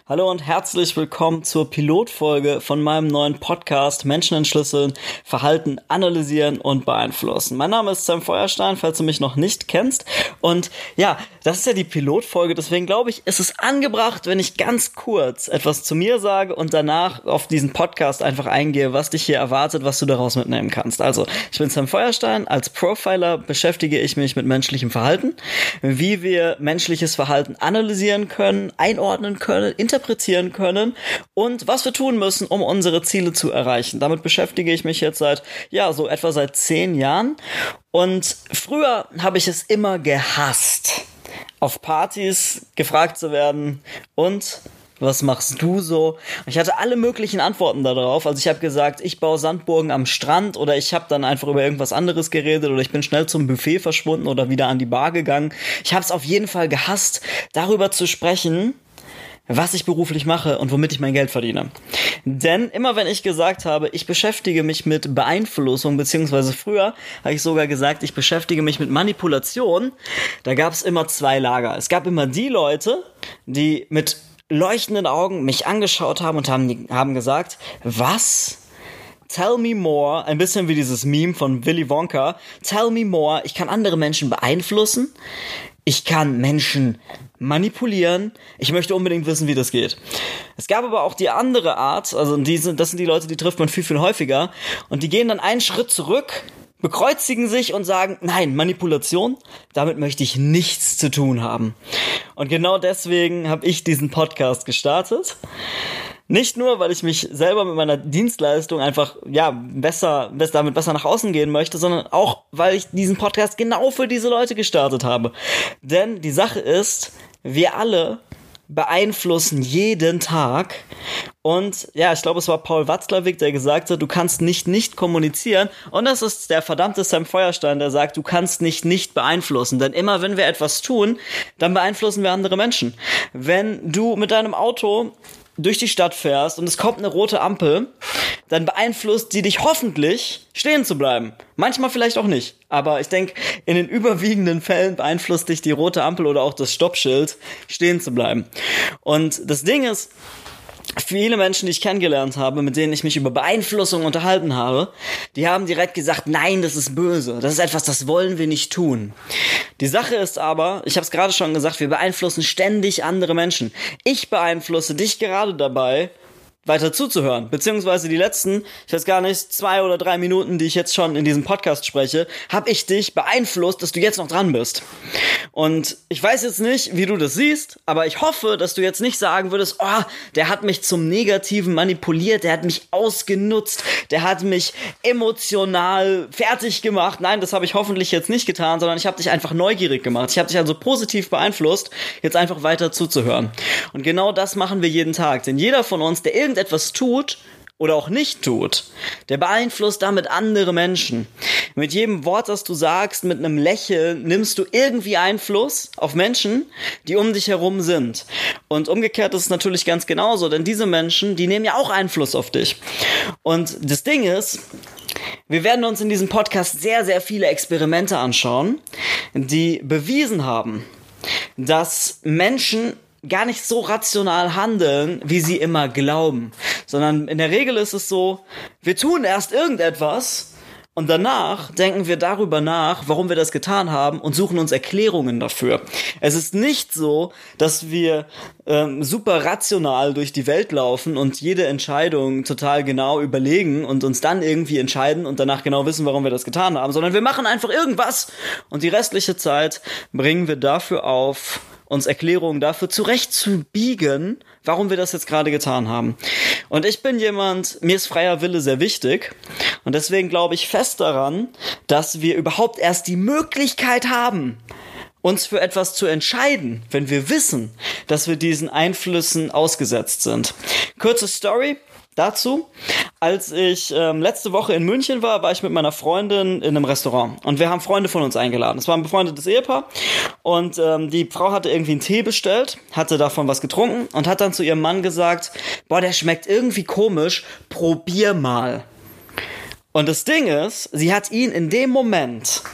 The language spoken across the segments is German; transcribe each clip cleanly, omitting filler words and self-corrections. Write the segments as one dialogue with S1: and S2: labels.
S1: Hallo und herzlich willkommen zur Pilotfolge von meinem neuen Podcast Menschen entschlüsseln, Verhalten analysieren und beeinflussen. Mein Name ist Sam Feuerstein, falls du mich noch nicht kennst. Und ja, das ist ja die Pilotfolge, deswegen glaube ich, ist es angebracht, wenn ich ganz kurz etwas zu mir sage und danach auf diesen Podcast einfach eingehe, was dich hier erwartet, was du daraus mitnehmen kannst. Also, ich bin Sam Feuerstein, als Profiler beschäftige ich mich mit menschlichem Verhalten, wie wir menschliches Verhalten analysieren können, einordnen können, interpretieren können und was wir tun müssen, um unsere Ziele zu erreichen. Damit beschäftige ich mich jetzt seit 10 Jahren und früher habe ich es immer gehasst, auf Partys gefragt zu werden und was machst du so? Ich hatte alle möglichen Antworten darauf. Also ich habe gesagt, ich baue Sandburgen am Strand oder ich habe dann einfach über irgendwas anderes geredet oder ich bin schnell zum Buffet verschwunden oder wieder an die Bar gegangen. Ich habe es auf jeden Fall gehasst, darüber zu sprechen, was ich beruflich mache und womit ich mein Geld verdiene. Denn immer wenn ich gesagt habe, ich beschäftige mich mit Beeinflussung, beziehungsweise früher habe ich sogar gesagt, ich beschäftige mich mit Manipulation, da gab es immer zwei Lager. Es gab immer die Leute, die mit leuchtenden Augen mich angeschaut haben und haben gesagt, was? Tell me more, ein bisschen wie dieses Meme von Willy Wonka. Tell me more, ich kann andere Menschen beeinflussen, ich kann Menschen manipulieren, ich möchte unbedingt wissen, wie das geht. Es gab aber auch die andere Art, also das sind die Leute, die trifft man viel, viel häufiger und die gehen dann einen Schritt zurück, bekreuzigen sich und sagen, nein, Manipulation, damit möchte ich nichts zu tun haben. Und genau deswegen habe ich diesen Podcast gestartet. Nicht nur, weil ich mich selber mit meiner Dienstleistung einfach, damit besser nach außen gehen möchte, sondern auch, weil ich diesen Podcast genau für diese Leute gestartet habe. Denn die Sache ist, wir alle beeinflussen jeden Tag. Und ich glaube, es war Paul Watzlawick, der gesagt hat, du kannst nicht kommunizieren. Und das ist der verdammte Sam Feuerstein, der sagt, du kannst nicht beeinflussen. Denn immer, wenn wir etwas tun, dann beeinflussen wir andere Menschen. Wenn du mit deinem Auto durch die Stadt fährst und es kommt eine rote Ampel, dann beeinflusst sie dich hoffentlich, stehen zu bleiben. Manchmal vielleicht auch nicht. Aber ich denke, in den überwiegenden Fällen beeinflusst dich die rote Ampel oder auch das Stoppschild, stehen zu bleiben. Und das Ding ist, viele Menschen, die ich kennengelernt habe, mit denen ich mich über Beeinflussung unterhalten habe, die haben direkt gesagt, nein, das ist böse. Das ist etwas, das wollen wir nicht tun. Die Sache ist aber, ich habe es gerade schon gesagt, wir beeinflussen ständig andere Menschen. Ich beeinflusse dich gerade dabei, weiter zuzuhören, beziehungsweise die letzten, ich weiß gar nicht, 2 oder 3 Minuten, die ich jetzt schon in diesem Podcast spreche, habe ich dich beeinflusst, dass du jetzt noch dran bist. Und ich weiß jetzt nicht, wie du das siehst, aber ich hoffe, dass du jetzt nicht sagen würdest, oh, der hat mich zum Negativen manipuliert, der hat mich ausgenutzt, der hat mich emotional fertig gemacht. Nein, das habe ich hoffentlich jetzt nicht getan, sondern ich habe dich einfach neugierig gemacht. Ich habe dich also positiv beeinflusst, jetzt einfach weiter zuzuhören. Und genau das machen wir jeden Tag, denn jeder von uns, der irgendetwas tut oder auch nicht tut, der beeinflusst damit andere Menschen. Mit jedem Wort, das du sagst, mit einem Lächeln, nimmst du irgendwie Einfluss auf Menschen, die um dich herum sind. Und umgekehrt ist es natürlich ganz genauso, denn diese Menschen, die nehmen ja auch Einfluss auf dich. Und das Ding ist, wir werden uns in diesem Podcast sehr, sehr viele Experimente anschauen, die bewiesen haben, dass Menschen gar nicht so rational handeln, wie sie immer glauben, sondern in der Regel ist es so, wir tun erst irgendetwas und danach denken wir darüber nach, warum wir das getan haben und suchen uns Erklärungen dafür. Es ist nicht so, dass wir super rational durch die Welt laufen und jede Entscheidung total genau überlegen und uns dann irgendwie entscheiden und danach genau wissen, warum wir das getan haben, sondern wir machen einfach irgendwas und die restliche Zeit bringen wir dafür auf, uns Erklärungen dafür zurechtzubiegen, warum wir das jetzt gerade getan haben. Und ich bin jemand, mir ist freier Wille sehr wichtig und deswegen glaube ich fest daran, dass wir überhaupt erst die Möglichkeit haben, uns für etwas zu entscheiden, wenn wir wissen, dass wir diesen Einflüssen ausgesetzt sind. Kurze Story dazu. Als ich letzte Woche in München war ich mit meiner Freundin in einem Restaurant und wir haben Freunde von uns eingeladen. Es war ein befreundetes Ehepaar und die Frau hatte irgendwie einen Tee bestellt, hatte davon was getrunken und hat dann zu ihrem Mann gesagt, boah, der schmeckt irgendwie komisch, probier mal. Und das Ding ist, sie hat ihn in dem Moment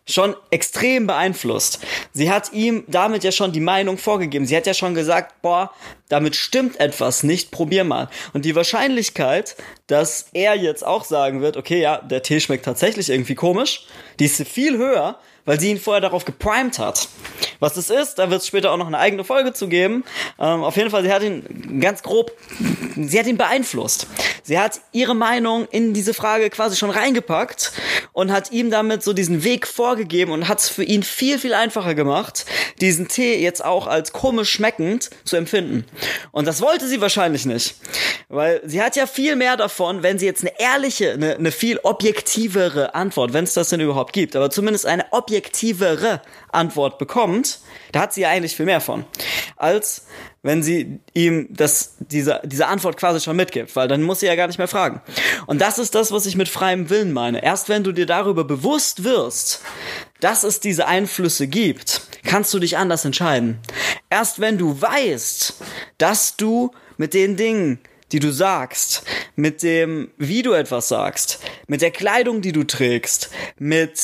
S1: schon extrem beeinflusst. Sie hat ihm damit ja schon die Meinung vorgegeben. Sie hat ja schon gesagt, boah, damit stimmt etwas nicht, probier mal. Und die Wahrscheinlichkeit, dass er jetzt auch sagen wird, okay, ja, der Tee schmeckt tatsächlich irgendwie komisch, die ist viel höher, weil sie ihn vorher darauf geprimed hat. Was das ist, da wird es später auch noch eine eigene Folge zu geben. Auf jeden Fall, sie hat ihn ganz grob, sie hat ihn beeinflusst. Sie hat ihre Meinung in diese Frage quasi schon reingepackt und hat ihm damit so diesen Weg vorgegeben und hat es für ihn viel, viel einfacher gemacht, diesen Tee jetzt auch als komisch schmeckend zu empfinden. Und das wollte sie wahrscheinlich nicht. Weil sie hat ja viel mehr davon, wenn sie jetzt eine ehrliche, eine viel objektivere Antwort, wenn es das denn überhaupt gibt, aber zumindest eine objektivere Antwort bekommt, da hat sie ja eigentlich viel mehr von, als wenn sie ihm diese Antwort quasi schon mitgibt, weil dann muss sie ja gar nicht mehr fragen. Und das ist das, was ich mit freiem Willen meine. Erst wenn du dir darüber bewusst wirst, dass es diese Einflüsse gibt, kannst du dich anders entscheiden. Erst wenn du weißt, dass du mit den Dingen, die du sagst, mit dem, wie du etwas sagst, mit der Kleidung, die du trägst, mit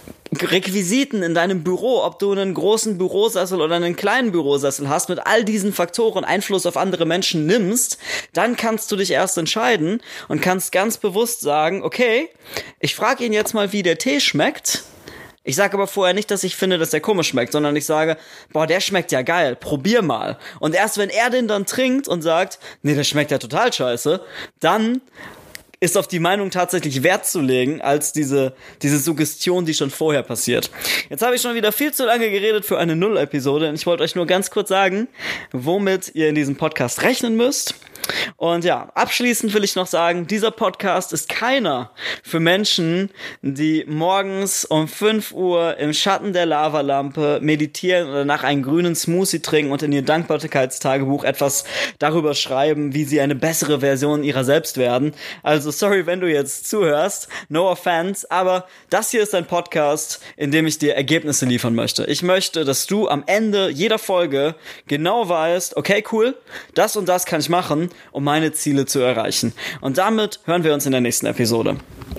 S1: Requisiten in deinem Büro, ob du einen großen Bürosessel oder einen kleinen Bürosessel hast, mit all diesen Faktoren Einfluss auf andere Menschen nimmst, dann kannst du dich erst entscheiden und kannst ganz bewusst sagen, okay, ich frage ihn jetzt mal, wie der Tee schmeckt. Ich sage aber vorher nicht, dass ich finde, dass der komisch schmeckt, sondern ich sage, boah, der schmeckt ja geil, probier mal. Und erst wenn er den dann trinkt und sagt, nee, der schmeckt ja total scheiße, dann ist auf die Meinung tatsächlich Wert zu legen, als diese Suggestion, die schon vorher passiert. Jetzt habe ich schon wieder viel zu lange geredet für eine Null-Episode und ich wollte euch nur ganz kurz sagen, womit ihr in diesem Podcast rechnen müsst. Und ja, abschließend will ich noch sagen, dieser Podcast ist keiner für Menschen, die morgens um 5 Uhr im Schatten der Lavalampe meditieren oder nach einen grünen Smoothie trinken und in ihr Dankbarkeitstagebuch etwas darüber schreiben, wie sie eine bessere Version ihrer selbst werden. Also sorry, wenn du jetzt zuhörst, no offense, aber das hier ist ein Podcast, in dem ich dir Ergebnisse liefern möchte. Ich möchte, dass du am Ende jeder Folge genau weißt, okay, cool, das und das kann ich machen, um meine Ziele zu erreichen. Und damit hören wir uns in der nächsten Episode.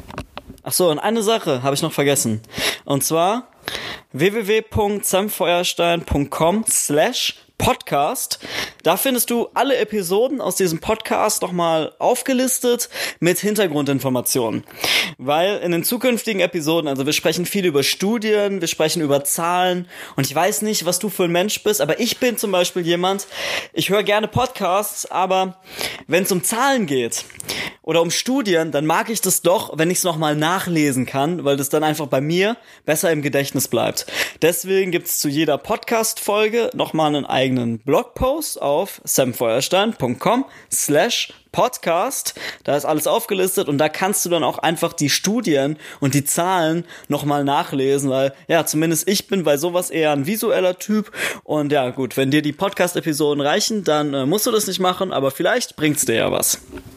S1: Ach so, und eine Sache habe ich noch vergessen. Und zwar www.samfeuerstein.com/Podcast. Da findest du alle Episoden aus diesem Podcast nochmal aufgelistet mit Hintergrundinformationen. Weil in den zukünftigen Episoden, also wir sprechen viel über Studien, wir sprechen über Zahlen und ich weiß nicht, was du für ein Mensch bist, aber ich bin zum Beispiel jemand, ich höre gerne Podcasts, aber wenn es um Zahlen geht oder um Studien, dann mag ich das doch, wenn ich es nochmal nachlesen kann, weil das dann einfach bei mir besser im Gedächtnis bleibt. Deswegen gibt es zu jeder Podcast-Folge nochmal einen eigenen Blogpost auf samfeuerstein.com/Podcast. Da ist alles aufgelistet und da kannst du dann auch einfach die Studien und die Zahlen nochmal nachlesen, weil ja, zumindest ich bin bei sowas eher ein visueller Typ und ja gut, wenn dir die Podcast-Episoden reichen, dann musst du das nicht machen, aber vielleicht bringt's dir ja was.